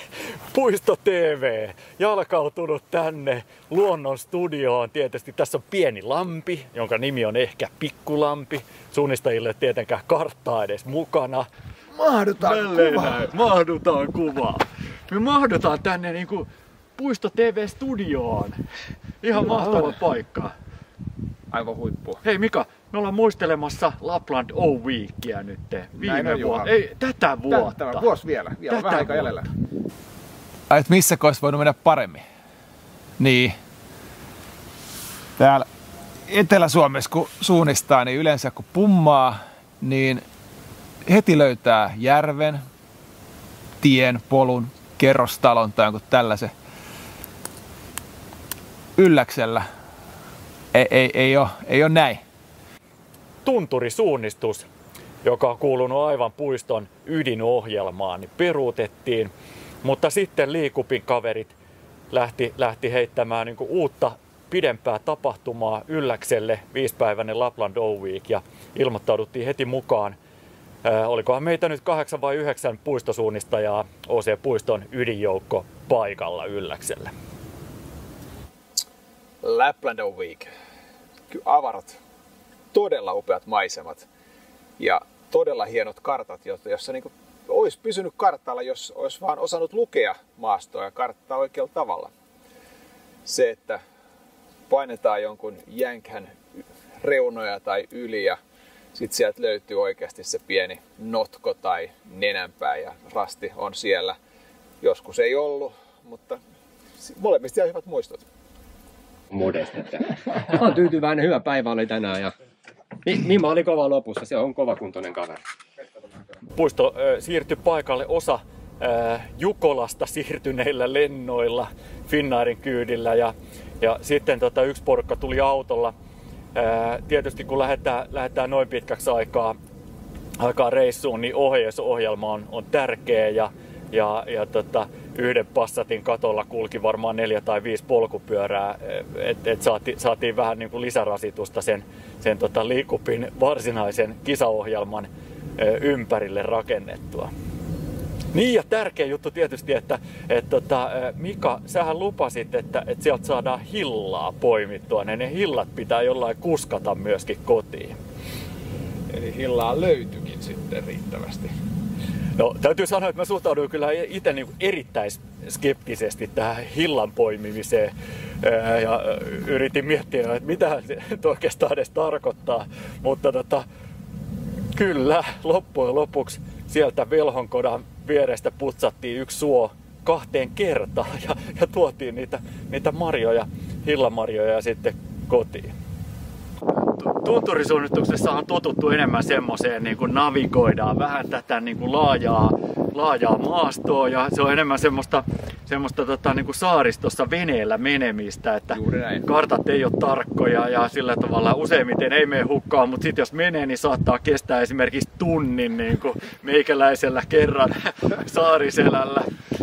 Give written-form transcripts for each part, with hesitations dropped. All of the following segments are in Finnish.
Puisto TV jalkautunut tänne luonnon studioon. Tietysti tässä on pieni lampi, jonka nimi on ehkä Pikkulampi. Suunnistajille ei tietenkään karttaa edes mukana. Mahdutaan kuvaan. Me mahdutaan tänne niinku Puisto TV-studioon. Ihan mahtava paikka. Aivan huippu. Hei Mika, me ollaan muistelemassa Lapland O-Weekia nyt. Viime vuonna. Ei, tätä vuotta. Tämä vuosi vielä. Vielä vähän aika jäljellä. Et missä olisi voinut mennä paremmin? Niin. Täällä Etelä-Suomessa kun suunnistaa, niin yleensä kun pummaa, niin heti löytää järven, tien, polun, kerrostalon tai jonkun tällaisen. Ylläksellä ei ole näin. Tunturisuunnistus, joka on kuulunut aivan puiston ydinohjelmaan, niin peruutettiin. Mutta sitten Liikupin kaverit lähti heittämään niin kuin uutta pidempää tapahtumaa Ylläkselle, 5-päiväinen Lapland O-Week, ja ilmoittauduttiin heti mukaan. Olikohan meitä nyt 8 vai 9 puistosuunnistajaa OC-puiston ydinjoukko paikalla Ylläkselle. Lapland O-Week. Avarat, todella upeat maisemat ja todella hienot kartat, jossa niin olisi pysynyt kartalla, jos olisi vaan osannut lukea maastoa ja karttaa oikealla tavalla. Se, että painetaan jonkun jänkän reunoja tai yli ja sitten sieltä löytyy oikeasti se pieni notko tai nenänpää ja rasti on siellä. Joskus ei ollut, mutta molemmista jää hyvät muistot. Olen tyytyväinen, hyvä päivä oli tänään ja Mima oli kova lopussa, se on kovakuntoinen kaveri. Puisto siirtyi paikalle osa Jukolasta siirtyneillä lennoilla Finnairin kyydillä ja sitten yksi porukka tuli autolla. Tietysti kun lähdetään noin pitkäksi aikaa reissuun, niin ohjeisohjelma on tärkeä ja yhden Passatin katolla kulki varmaan 4 tai 5 polkupyörää, et saatiin vähän niin kuin lisärasitusta sen Liikupin varsinaisen kisaohjelman ympärille rakennettua. Niin ja tärkeä juttu tietysti, että Mika, sähän lupasit, että sieltä saadaan hillaa poimittua, ne hillat pitää jollain kuskata myöskin kotiin. Eli hillaa löytyikin sitten riittävästi. No täytyy sanoa, että mä suhtauduin kyllä itse niin erittäin skeptisesti tähän hillan poimimiseen ja yritin miettiä, että mitä se oikeastaan edes tarkoittaa, mutta kyllä loppujen lopuksi sieltä Velhonkodan vierestä putsattiin yksi suo 2 kertaan ja tuotiin niitä marjoja, hillamarjoja sitten kotiin. Tunturisuunnistuksessa on totuttu enemmän semmoiseen, niin kuin navigoidaan vähän tätä niin kuin laajaa maastoa ja se on enemmän semmoista niin kuin saaristossa veneellä menemistä, että kartat ei ole tarkkoja ja sillä tavalla useimmiten ei mene hukkaan, mutta sitten jos menee, niin saattaa kestää esimerkiksi tunnin niin kuin meikäläisellä kerran saariselällä.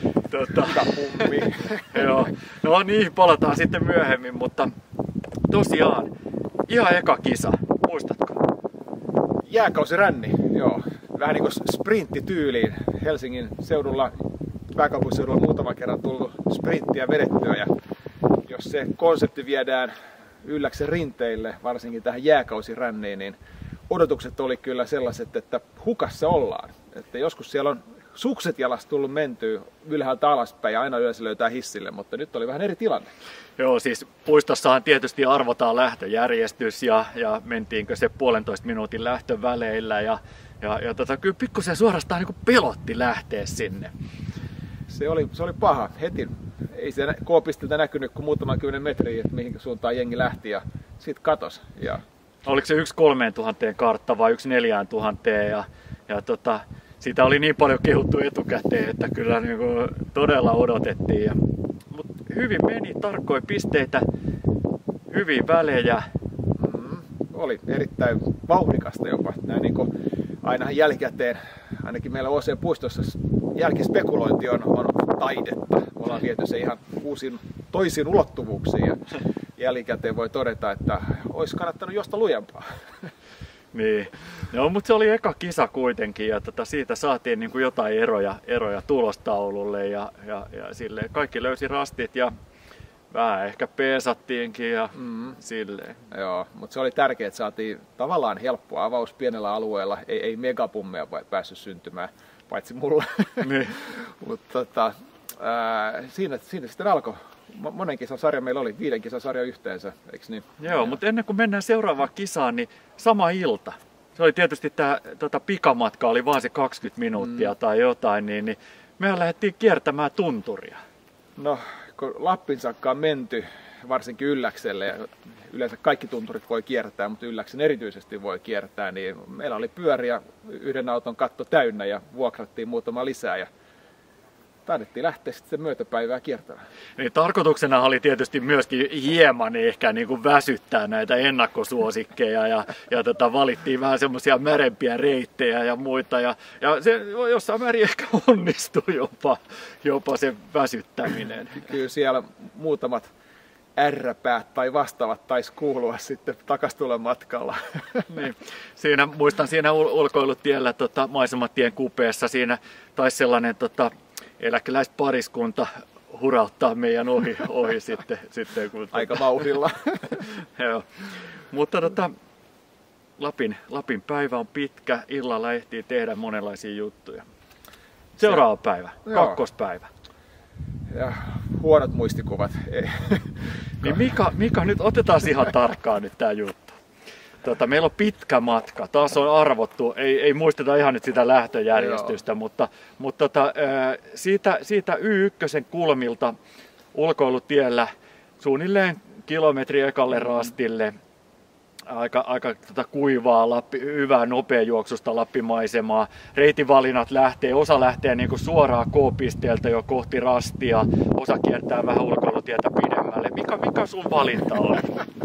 Joo. No niihin palataan sitten myöhemmin, mutta tosiaan ihan eka kisa, muistatko? Jääkausiränni, joo. Vähän niin kuin sprinttityyliin. Helsingin seudulla, pääkaupunkiseudulla muutaman kerran tullut sprinttiä vedettyä. Ja jos se konsepti viedään Ylläksen rinteille, varsinkin tähän jääkausiränniin, niin odotukset oli kyllä sellaiset, että hukassa ollaan. Että joskus siellä on sukset jalasta tullut mentyä ylhäältä alaspäin ja aina yleensä löytää hissille, mutta nyt oli vähän eri tilanne. Joo, siis puistossahan tietysti arvotaan lähtöjärjestys ja mentiinkö se 1,5 minuutin lähtöväleillä ja kyllä pikkusen suorastaan niin kuin pelotti lähteä sinne. Se oli paha heti. Ei se K-pisteltä näkynyt kuin muutaman 10 metriä, että mihin suuntaan jengi lähti ja sitten katosi. Ja oliko se 1 3000 kartta vai 1 4000 ja siitä oli niin paljon kehuttu etukäteen, että kyllä niin kuin todella odotettiin. Mutta hyvin meni, tarkkoja pisteitä, hyviä välejä. Oli erittäin vauhdikasta jopa. Näin niin kuin ainahan jälkikäteen, ainakin meillä OC-puistossa jälkispekulointi on taidetta. Me ollaan viety se ihan toisiin ulottuvuuksiin ja jälkikäteen voi todeta, että olisi kannattanut josta lujempaa. Niin. No, mutta se oli eka kisa kuitenkin ja siitä saatiin niin kuin jotain eroja tulostaululle ja silleen. Kaikki löysi rastit ja vähän ehkä peesattiinkin ja silleen. Joo, mutta se oli tärkeää, että saatiin tavallaan helppo avaus pienellä alueella. Ei megapummeja päässyt syntymään, paitsi mulla. Niin. Mutta siinä sitten alkoi. Monen kisan sarja meillä oli, 5 kisan sarja yhteensä, eikö niin? Joo, mutta ennen kuin mennään seuraavaan kisaan, niin sama ilta. Se oli tietysti tämä pikamatka, oli vaan se 20 minuuttia tai jotain, niin mehän lähdettiin kiertämään tunturia. No, kun Lappin saakka on menty, varsinkin Ylläkselle, ja yleensä kaikki tunturit voi kiertää, mutta Ylläksen erityisesti voi kiertää, niin meillä oli pyöriä, yhden auton katto täynnä ja vuokrattiin muutama lisää ja taidettiin lähteä sitten myötäpäivää kiertämään. Niin, tarkoituksena oli tietysti myöskin hieman ehkä niin kuin väsyttää näitä ennakkosuosikkeja ja valittiin vähän semmoisia märempiä reittejä ja muita. Ja se jossain määrin ehkä onnistui jopa se väsyttäminen. Kyllä siellä muutamat ärräpäät tai vastaavat taisi kuulua sitten takastulen matkalla. Niin. Muistan siinä ulkoilutiellä maisematien kupeessa, siinä taisi sellainen eläkeläispariskunta hurauttaa meidän ohi sitten kun aika vauhdilla. Joo. Mutta Lapin päivä on pitkä, illalla ehtii tehdä monenlaisia juttuja. Seuraava päivä, kakkospäivä. Ja huonot muistikuvat. Niin Mika, nyt otetaan ihan tarkkaan nyt tää juttu. Meillä on pitkä matka, taas on arvottu, ei muisteta ihan nyt sitä lähtöjärjestystä, mutta siitä Y1 kulmilta ulkoilutiellä suunnilleen kilometri ekalle rastille, aika kuivaa, hyvää nopeajuoksusta Lappimaisemaa. Reitinvalinnat osa lähtee niin kuin suoraan K-pisteeltä jo kohti rastia, osa kiertää vähän ulkoilutietä pidemmälle. Mikä sun valinta oli?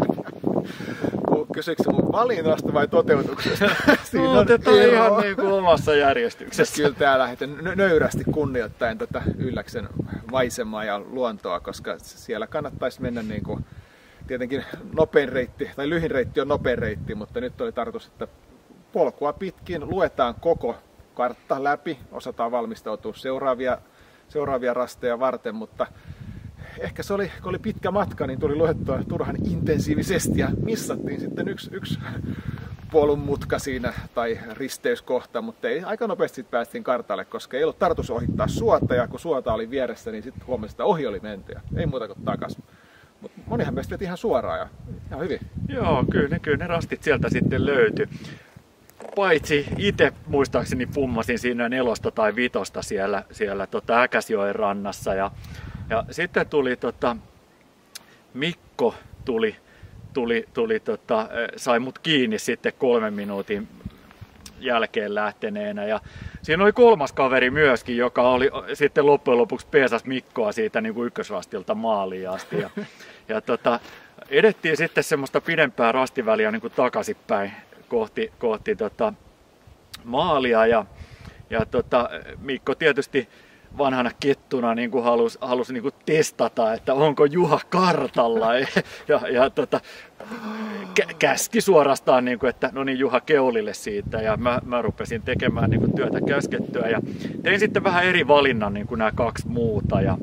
Kysyykö mun valinnasta vai toteutuksesta? Siinä otetaan ihan niin kuin omassa järjestyksessä. Kyllä tää lähdetään nöyrästi kunnioittaen tätä Ylläksen maisemaa ja luontoa, koska siellä kannattaisi mennä niin kuin, tietenkin nopein reitti, tai lyhin reitti on nopein reitti, mutta nyt oli tarkoitus, että polkua pitkin luetaan koko kartta läpi, osataan valmistautua seuraavia rasteja varten, mutta ehkä se oli, kun oli pitkä matka, niin tuli luettua turhan intensiivisesti ja missattiin sitten yksi polun mutka siinä tai risteyskohta, mutta ei aika nopeasti päästiin kartalle, koska ei ollut tarkoitus ohittaa suota ja kun suota oli vieressä, niin sitten huomasi, että ohi oli menty ja ei muuta kuin takaisin. Mutta monihan meistä veti ihan suoraan ja ihan hyvin. Joo, kyllä ne rastit sieltä sitten löytyi. Paitsi itse muistaakseni pummasin siinä 4 tai 5 siellä Äkäsjoen rannassa ja sitten tuli Mikko sai mut kiinni sitten 3 minuutin jälkeen lähteneenä ja siinä oli 3. kaveri myöskin, joka oli sitten loppujen lopuksi peesas Mikkoa siitä niin kuin ykkösrastilta maaliin asti ja edettiin sitten semmoista pidempää rastiväliä niin kuin takaisinpäin kohti maalia ja Mikko tietysti vanhana kettuna niin kuin halusi niin kuin testata, että onko Juha kartalla ja käski suorastaan, niin kuin, että no niin Juha keulille siitä ja mä rupesin tekemään niin kuin työtä käskettyä ja tein sitten vähän eri valinnan niin kuin nämä 2 muuta ja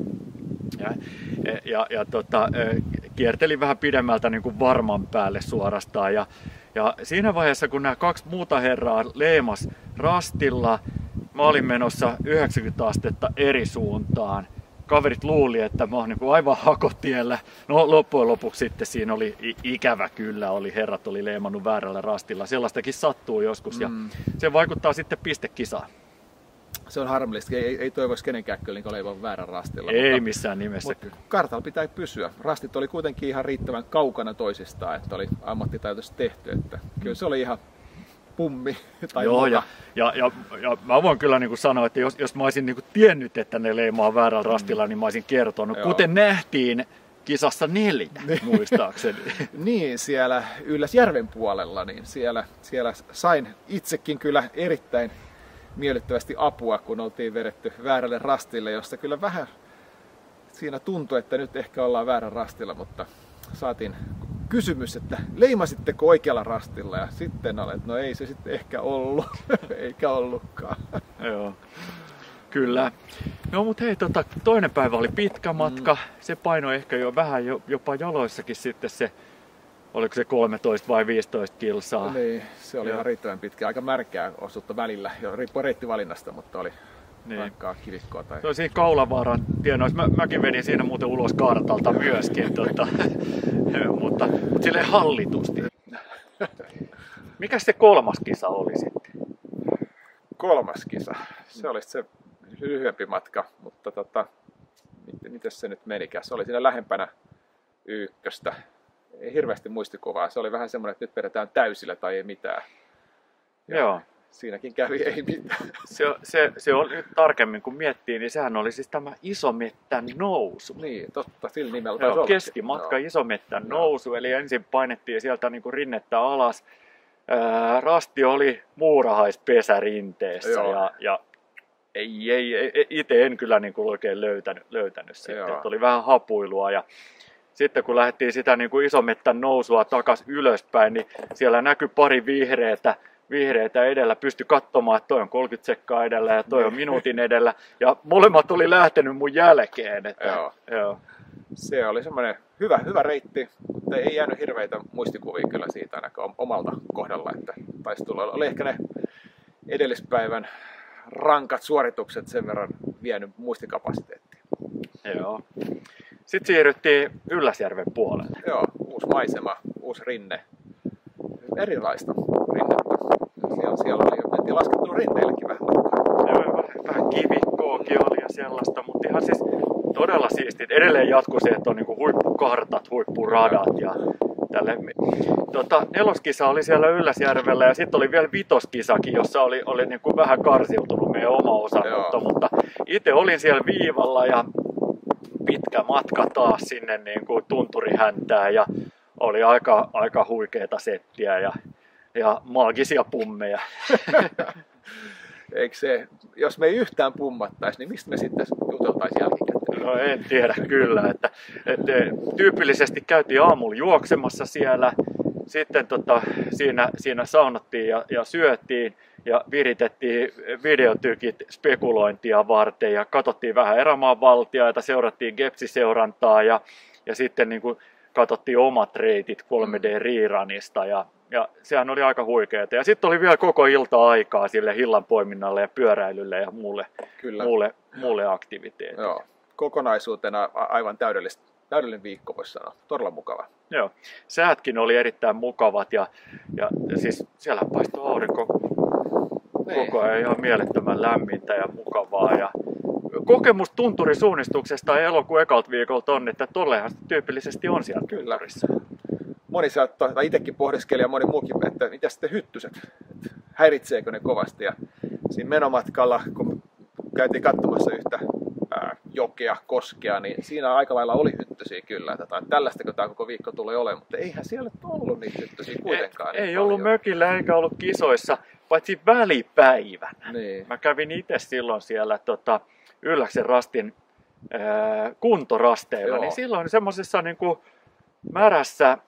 kiertelin vähän pidemmältä niin kuin varman päälle suorastaan ja siinä vaiheessa kun nämä 2 muuta herraa leemas rastilla, mä olin menossa 90 astetta eri suuntaan. Kaverit luuli, että mä oon niin kuin aivan hakotiellä. No loppujen lopuksi sitten siinä oli ikävä kyllä, herrat oli leimannut väärällä rastilla. Sellaistakin sattuu joskus ja se vaikuttaa sitten pistekisaan. Se on harmillista, ei toivoisi kenenkään kyllä niin olevan väärän rastilla. Ei missään nimessä. Mutta kartalla pitää pysyä. Rastit oli kuitenkin ihan riittävän kaukana toisistaan, että oli ammattitaitoisesti tehty. Että kyllä se oli ihan pummi. Tai joo, ja mä voin kyllä niin kuin sanoa, että jos mä olisin niin kuin tiennyt, että ne leimaa väärällä rastilla, niin mä olisin kertonut. Joo. Kuten nähtiin kisassa 4, muistaakseni. Niin, siellä Ylläsjärven puolella, niin siellä sain itsekin kyllä erittäin miellyttävästi apua, kun oltiin vedetty väärälle rastille, josta kyllä vähän siinä tuntui, että nyt ehkä ollaan väärän rastilla, mutta saatiin kysymys, että leimasitteko oikealla rastilla? Ja sitten olet, no ei se sitten ehkä ollut, eikä ollutkaan. Joo, kyllä. No mutta hei, toinen päivä oli pitkä matka. Se painoi ehkä jo vähän jopa jaloissakin sitten se, oliko se 13 vai 15 kilsaa. Niin, se oli ihan riittävän pitkä. Aika märkää osuutta välillä, jo riippuu reittivalinnasta, mutta oli rankkaa kivikkoa. Tai... Se oli siinä Kaulavaaran tienoissa. Mäkin vedin siinä muuten ulos kartalta myöskin, mutta silleen hallitusti. Mikäs se kolmas kisa oli sitten? Kolmas kisa. Se oli se lyhyempi matka, mutta miten se nyt menikään? Se oli siinä lähempänä ykköstä. Ei hirveästi muistikuvaa. Se oli vähän semmoinen, että nyt vedetään täysillä tai ei mitään. Ja joo. Siinäkin kävi ei mitään. Se on nyt tarkemmin kun miettii, niin sehän oli siis tämä Isomettän nousu. Niin, totta, sillä nimellä taisi olla. Keskimatka Isomettän nousu, eli ensin painettiin sieltä niin kuin rinnettä alas. Rasti oli muurahaispesärinteessä ja itse en kyllä niin kuin oikein löytänyt sitten. Että oli vähän hapuilua ja sitten kun lähdettiin sitä niin kuin Isomettän nousua takaisin ylöspäin, niin siellä näkyi pari vihreätä edellä. Pystyi katsomaan, että toi on 30 sekkaa edellä ja toi on minuutin edellä. Ja molemmat oli lähtenyt mun jälkeen. Että, joo. Se oli semmoinen hyvä reitti, mutta ei jäänyt hirveitä muistikuvia kyllä siitä ainakaan omalta kohdalla. Että taisi tulla. Oli ehkä ne edellispäivän rankat suoritukset sen verran vienyt muistikapasiteettia. Joo. Sitten siirryttiin Ylläsjärven puolelle. Joo, uusi maisema, uusi rinne. Erilaista rinnettä. Siellä oli, mentiin laskettu rinteillekin vähän matkaa. Joo, vähän kivikkoakin oli ja sellaista, mutta ihan siis todella siistit. Edelleen jatkuu se, että on niinku huippukartat, huippuradat ja tälle. Neloskisa oli siellä Ylläsjärvellä ja sitten oli vielä vitoskisakin, jossa oli niinku vähän karsiutunut meidän oma osanotto, mutta itse olin siellä viivalla ja pitkä matka taas sinne niinku tunturihäntään ja oli aika huikeeta settiä ja maagisia pummeja. Eikö se, jos me ei yhtään pummattaisi, niin mistä me sitten juteltaisiin jälkikäteen? No en tiedä kyllä. Että tyypillisesti käytiin aamulla juoksemassa siellä, sitten siinä saunattiin ja syötiin ja viritettiin videotykit spekulointia varten ja katsottiin vähän erämaanvaltiaita, seurattiin Gepsi-seurantaa ja sitten niin kuin katsottiin omat reitit 3D-riiranista ja sehän oli aika huikeeta. Ja sitten oli vielä koko ilta aikaa sille hillan poiminnalle ja pyöräilylle ja muulle aktiviteetille. Joo. Kokonaisuutena aivan täydellinen viikko, voisi sanoa. Todella mukava. Joo. Säätkin oli erittäin mukavat ja siis siellä paistoi aurinko koko ajan ihan mielettömän lämmintä ja mukavaa. Ja kokemus tunturisuunnistuksesta elokuun ekalta viikolta on, että tollehan tyypillisesti on siellä tunturissa. Moni saattaa, itsekin pohdiskeli ja moni muukin, että mitä sitten hyttyset, häiritseekö ne kovasti. Ja siinä menomatkalla, kun käytiin katsomassa yhtä jokea, koskea, niin siinä aika lailla oli hyttysiä kyllä. Että tällaista tämä koko viikko tulee olemaan, mutta eihän siellä ollut niitä hyttysiä kuitenkaan. Ei ollut mökillä eikä ollut kisoissa, paitsi välipäivänä. Niin. Mä kävin itse silloin siellä Ylläksen rastin kuntorasteilla, niin silloin semmoisessa niinku märässä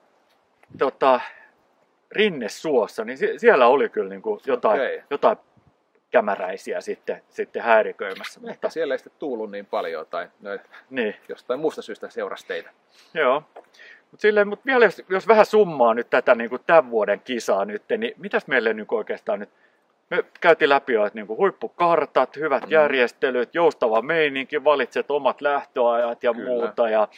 rinnesuossa, niin siellä oli kyllä niinku jotain kämäräisiä sitten häiriköimässä. Ehkä mutta siellä ei sitten tuullut niin paljon tai jostain muusta syystä seurasi teitä. Joo. Mutta vielä jos vähän summaa nyt tätä niinku tämän vuoden kisaa nyt, niin mitäs meille niinku oikeastaan nyt? Me käytiin läpi jo, että niinku huippukartat, hyvät järjestelyt, joustava meininki, valitset omat lähtöajat ja muuta. Ja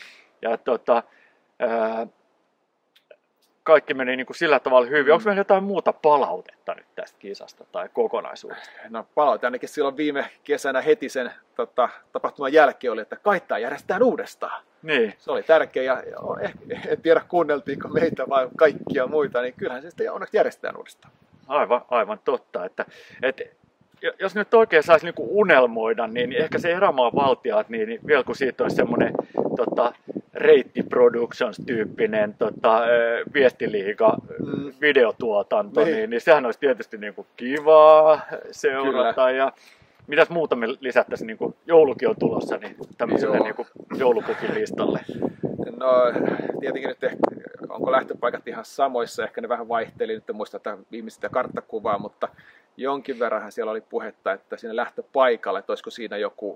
kaikki meni niin kuin sillä tavalla hyvin. Onko meillä jotain muuta palautetta nyt tästä kisasta tai kokonaisuudesta? No palaute ainakin silloin viime kesänä heti sen tapahtuman jälkeen oli, että kaittaa järjestetään uudestaan. Niin. Se oli tärkeä ja en tiedä kuunneltiinko meitä vai kaikkia muita, niin kyllähän se sitten onneksi järjestetään uudestaan. Aivan totta. Että jos nyt oikein saisi niinku unelmoida, niin ehkä se erämaan valtiaat, niin vielä kun siitä olisi semmoinen Reitti Productions-tyyppinen viestiliiga videotuotanto, niin sehän olisi tietysti niinku kivaa seurata. Kyllä. Ja mitäs muuta me lisättäisiin, niinku joulukin on tulossa, niin tämmöiselle niinku joulupukin listalle. No tietenkin nyt onko lähtöpaikat ihan samoissa, ehkä ne vähän vaihteli, nyt en muista viimeistä karttakuvaa, mutta jonkin verran siellä oli puhetta, että siinä lähtöpaikalle, että olisiko siinä joku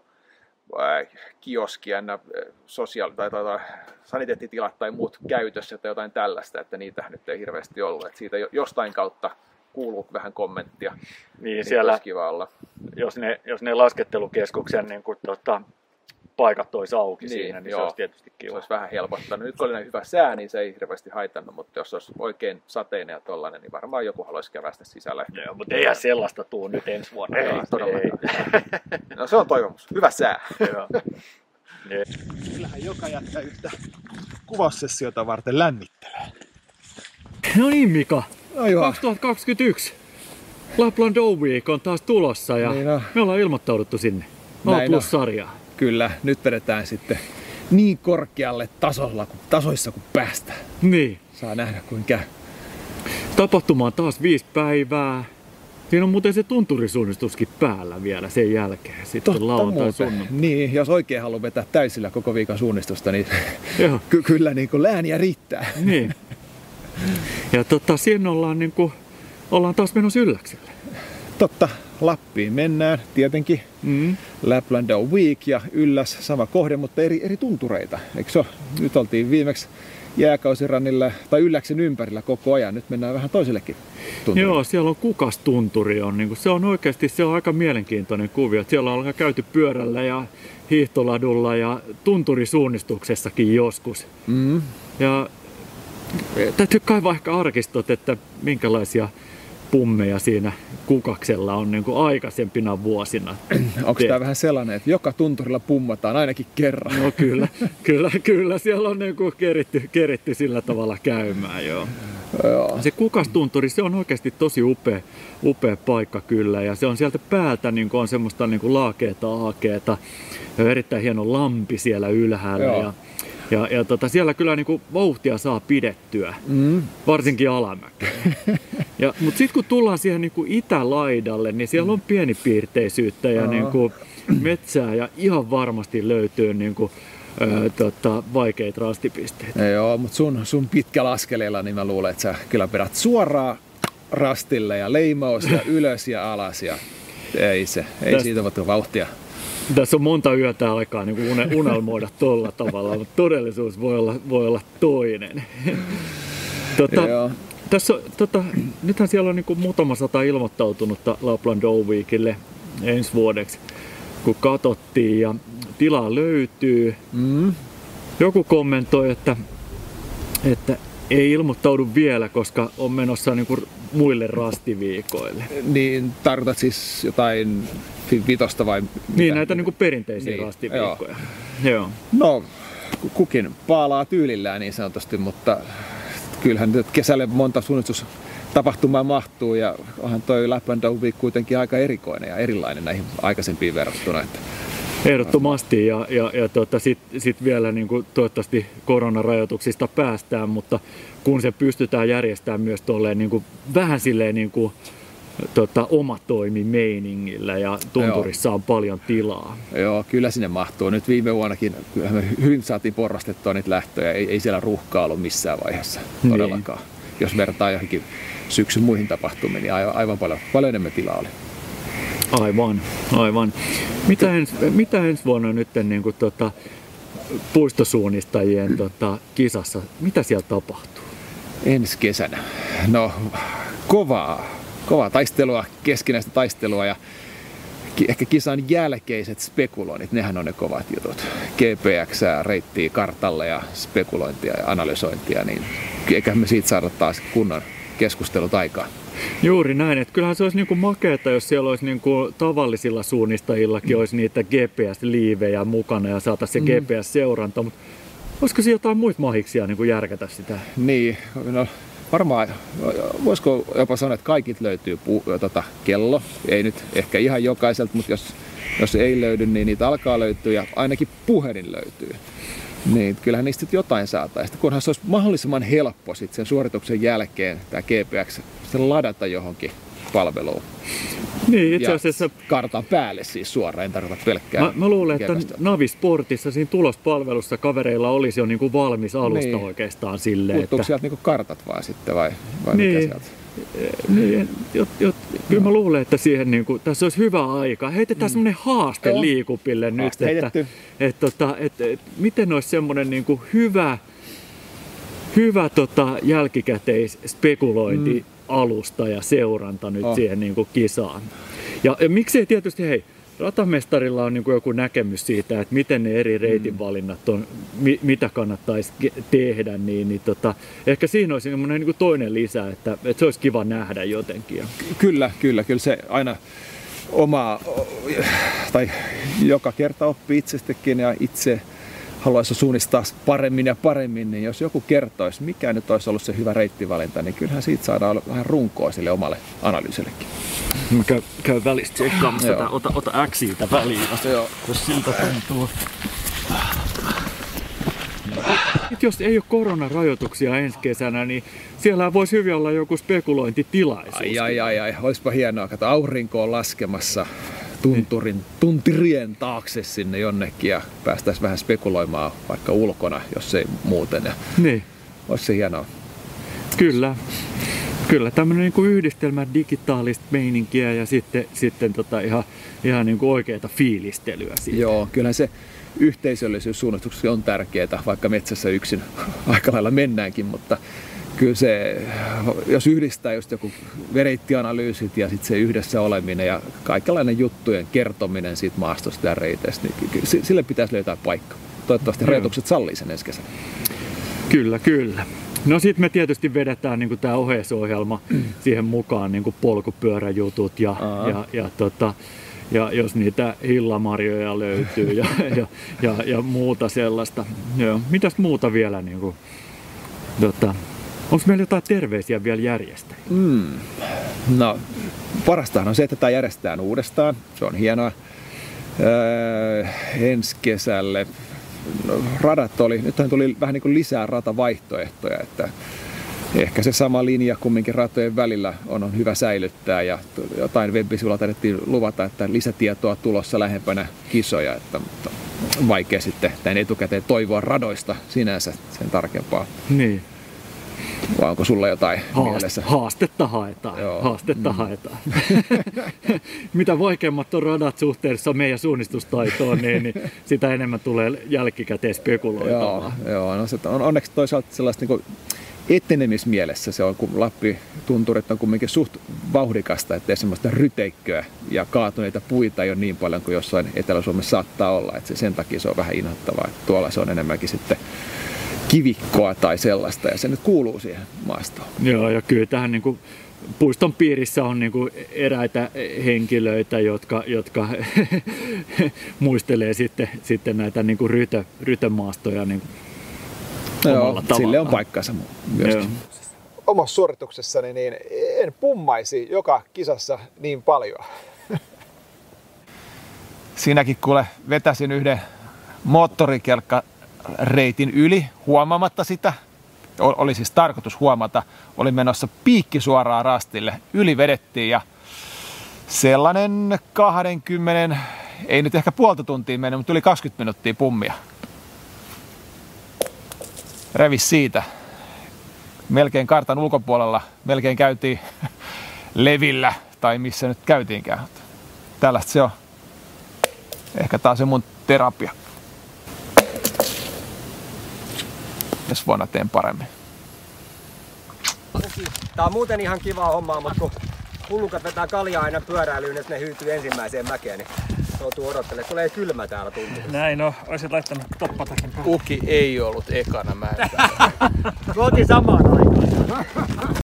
kioski, tai saniteettitilat tai muut käytössä tai jotain tällaista, että niitä nyt ei hirveästi ollut. Että siitä jostain kautta kuuluu vähän kommenttia. Niin siellä, kiva olla. Jos ne laskettelukeskuksen niin kuin, paikat olisi auki siinä, niin se olisi tietysti kiva. Se olisi vähän helpottanut. Nyt kun oli näin hyvä sää, niin se ei hirveästi haitannut, mutta jos olisi oikein sateinen ja tollainen, niin varmaan joku haluaisi kävästä sisällä. Joo, mutta eihän sellaista tule nyt ensi vuonna. Ei. No se on toivomus. Hyvä sää. Kyllähän joka jätkä yhtä kuvaussessiota varten lämmittelee. No niin, Mika. No 2021. Lapland Doe Week on taas tulossa ja niin me ollaan ilmoittauduttu sinne. A+-sarjaa. Kyllä, nyt vedetään sitten niin korkealle tasoissa kuin päästään. Niin. Saa nähdä kuinka käy. Tapahtuma on taas 5 päivää. Siinä on muuten se tunturisuunnistuskin päällä vielä sen jälkeen. Sitten lauantai sunnuntai. Niin, jos oikein haluaa vetää täysillä koko viikon suunnistusta, niin kyllä niin kuin lääniä riittää. Niin. Ja siinä ollaan taas menossa Ylläkselle. Totta, Lappiin mennään tietenkin. Lapland Doe Week ja Ylläs sama kohde, mutta eri tuntureita. Eikö se ole? Nyt oltiin viimeksi jääkausirannilla tai Ylläksen ympärillä koko ajan. Nyt mennään vähän toisellekin tunturille. Joo, siellä on Kukastunturi. Se on oikeasti aika mielenkiintoinen kuvio. Siellä on käyty pyörällä ja hiihtoladulla ja tunturisuunnistuksessakin joskus. Ja täytyy kaivaa ehkä arkistot, että minkälaisia pummeja siinä Kukaksella on niin kuin aikaisempina vuosina. Onko tämä vähän sellainen, että joka tunturilla pummataan ainakin kerran? No kyllä siellä on niin kuin keritty sillä tavalla käymään. Joo. Se Kukastunturi, se on oikeasti tosi upea paikka kyllä, ja se on sieltä päältä niin kuin on semmoista niin kuin laakeeta aakeeta, ja erittäin hieno lampi siellä ylhäällä. Ja siellä kyllä niinku vauhtia saa pidettyä, varsinkin alamäkeen. Mutta sitten kun tullaan siihen niinku itälaidalle, niin siellä on pienipiirteisyyttä ja niinku metsää ja ihan varmasti löytyy niinku, vaikeita rastipisteitä. Joo, mutta sun pitkällä askeleella niin mä luulen, että sä kyllä perät suoraan rastille ja leimaus ja ylös ja alas. Ja ei siitä voi vauhtia. Tässä on monta yötä aikaa niin unelmoida tuolla tavalla, mutta todellisuus voi olla toinen. Nythän siellä on niin muutama sata ilmoittautunutta Lapland Doe Weekille ensi vuodeksi, kun katsottiin ja tilaa löytyy. Joku kommentoi, että ei ilmoittaudu vielä, koska on menossa niin kuin muille rastiviikoille. Niin, tarkoitat siis jotain vitosta vai mitä? Niin, näitä niin kuin perinteisiä rastiviikkoja. Joo. No, kukin paalaa tyylillään niin sanotusti, mutta kyllähän nyt kesälle monta suunnistustapahtumaa mahtuu ja onhan toi Lapland Doe Week kuitenkin aika erikoinen ja erilainen näihin aikaisempiin verrattuna. Että ehdottomasti ja sit vielä niin kuin toivottavasti koronarajoituksista päästään, mutta kun se pystytään järjestämään myös tolleen niin kuin vähän silleen niin kuin omatoimimeiningillä ja tunturissa on paljon tilaa. Joo, kyllä sinne mahtuu. Nyt viime vuonnakin kyllä me hyvin saatiin porrastettua niitä lähtöjä. Ei siellä ruuhkaa ollut missään vaiheessa todellakaan. Niin. Jos vertaa johonkin syksyn muihin tapahtumiin, niin aivan paljon enemmän tilaa oli. Aivan. Mitä ensi vuonna nyt niin kuin, puistosuunnistajien kisassa, mitä siellä tapahtuu? Ensi kesänä? No, kovaa taistelua, keskinäistä taistelua ja ehkä kisan jälkeiset spekuloinnit, nehän on ne kovat jutut. GPX, reittiä kartalle ja spekulointia ja analysointia, niin eiköhän me siitä saada taas kunnon keskustelut aikaan. Juuri näin, että kyllähän se olisi niinku makeata, jos siellä olisi niinku tavallisilla suunnistajillakin olisi niitä GPS-liivejä mukana ja saataisiin se GPS-seuranta, mutta olisiko siellä jotain muita mahiksia niinku järkätä sitä? Niin, no varmaan, voisiko jopa sanoa, että kaikilta löytyy kello, ei nyt ehkä ihan jokaiselta, mutta jos ei löydy, niin niitä alkaa löytyä ja ainakin puhelin löytyy. Niin, kyllähän niistä jotain saataisiin. Kunhan se olisi mahdollisimman helppo sit sen suorituksen jälkeen tämä GPX sen ladata johonkin palveluun. Niin, itse asiassa kartan päälle siis suoraan, en tarkoita pelkkää. Mä luulen, että kerrosta. Navisportissa siinä tulospalvelussa kavereilla olisi jo niinku valmis alusta Niin. oikeastaan silleen. Puuttuuko Että... sieltä niinku kartat vaan sitten vai Niin. mikä sieltä? Niin, kyllä mä luulen, että siihen niinku, tässä olisi hyvä aika. Heitetään semmoinen haaste Joo. Liikupille nyt, Haaste heitetty. miten olisi semmoinen niinku hyvä jälkikäteisspekulointi alusta ja seuranta nyt siihen niinku kisaan. Ja miksei tietysti, hei, ratamestarilla on niinku joku näkemys siitä, että miten ne eri reitinvalinnat on, mitä kannattaisi tehdä, niin ehkä siinä olisi semmoinen niinku toinen lisä, että se olisi kiva nähdä jotenkin. Kyllä se aina tai joka kerta oppii itsestäkin ja itse haluaisi suunnistaa paremmin, niin jos joku kertoisi, mikä nyt olisi ollut se hyvä reittivalinta, niin kyllähän siitä saadaan vähän runkoa sille omalle analyysillekin. Mä käyn välistä tsekkaamassa tätä, ota X siitä väliin, jos siltä tuntuu. Jos ei ole koronarajoituksia ensi kesänä, niin siellä voisi hyvin olla joku spekulointitilaisuus. Ai, olisipa hienoa, että aurinko on laskemassa tuntirien taakse sinne jonnekin ja päästäisiin vähän spekuloimaan vaikka ulkona, jos ei muuten. Niin. Olisi se hienoa. Kyllä, tämmöinen niinku yhdistelmä digitaalista meininkiä ja sitten ihan niinku oikeata fiilistelyä siitä. Joo, kyllähän se yhteisöllisyys suunnistuksessa on tärkeää, vaikka metsässä yksin aika lailla mennäänkin, mutta kyllä se, jos yhdistää just joku reittianalyysit ja sitten se yhdessä oleminen ja kaikenlainen juttujen kertominen siitä maastosta ja reiteistä, niin sille pitäisi löytää paikka. Toivottavasti rajoitukset sallii sen ensi kesänä. Kyllä. No sit me tietysti vedetään niinku tää oheisohjelma siihen mukaan, niinku polkupyöräjutut ja jos niitä hillamarjoja löytyy ja muuta sellaista. Joo. Mitäs muuta vielä? Niinku, onko meillä jotain terveisiä vielä järjestä? No, parastahan on se, että tämä järjestetään uudestaan. Se on hienoa. Ensi kesälle. No, radat nythän tuli vähän niin kuin lisää ratavaihtoehtoja, että ehkä se sama linja kumminkin ratojen välillä on hyvä säilyttää ja jotain web-sivuilla taidettiin luvata, että lisätietoa tulossa lähempänä kisoja, mutta vaikea sitten näin etukäteen toivoa radoista sinänsä sen tarkempaa. Niin. Vai onko sulla jotain mielessä? Haastetta haetaan. Haetaan. Mitä vaikeammat on radat suhteessa meidän suunnistustaitoon, niin sitä enemmän tulee jälkikäteen spekuloitavaa. Joo, no se on onneksi toisaalta sellaista niin etenemismielessä se on, kun Lappi-tunturit on kumminkin suht vauhdikasta, ettei semmoista ryteikköä ja kaatuneita puita ei ole niin paljon kuin jossain Etelä-Suomessa saattaa olla, että sen takia se on vähän inhottavaa, että tuolla se on enemmänkin sitten kivikkoa tai sellaista, ja se nyt kuuluu siihen maastoon. Joo, ja kyllä tähän niin kuin puiston piirissä on niin kuin eräitä henkilöitä, jotka muistelee sitten näitä niin kuin rytömaastoja niin omalla tavallaan. Sille on paikkansa myöskin. Joo. Omassa suorituksessani niin en pummaisi joka kisassa niin paljon. Siinäkin kuule vetäsin yhden moottorikelkkareitin yli huomaamatta sitä. Oli siis tarkoitus huomata. Oli menossa piikki suoraan rastille. Yli vedettiin ja sellainen 20, ei nyt ehkä puolta tuntia mennyt, mutta yli 20 minuuttia pummia. Revis siitä. Melkein kartan ulkopuolella. Melkein käytiin levillä tai missä nyt käytiinkään. Tällaista se on. Ehkä taas se mun terapia. Jos vuonna teen paremmin. Tää on muuten ihan kiva hommaa, mutta kun hullukat vetää kaljaa aina pyöräilyyn, että ne hyytyy ensimmäiseen mäkeen, niin joutuu odottelemaan. Tulee kylmä täällä tuntuu. Näin on. Olisit laittanut toppatakin päälle. Uki ei ollut ekana mäellä. Me oltiin samaan aikaan.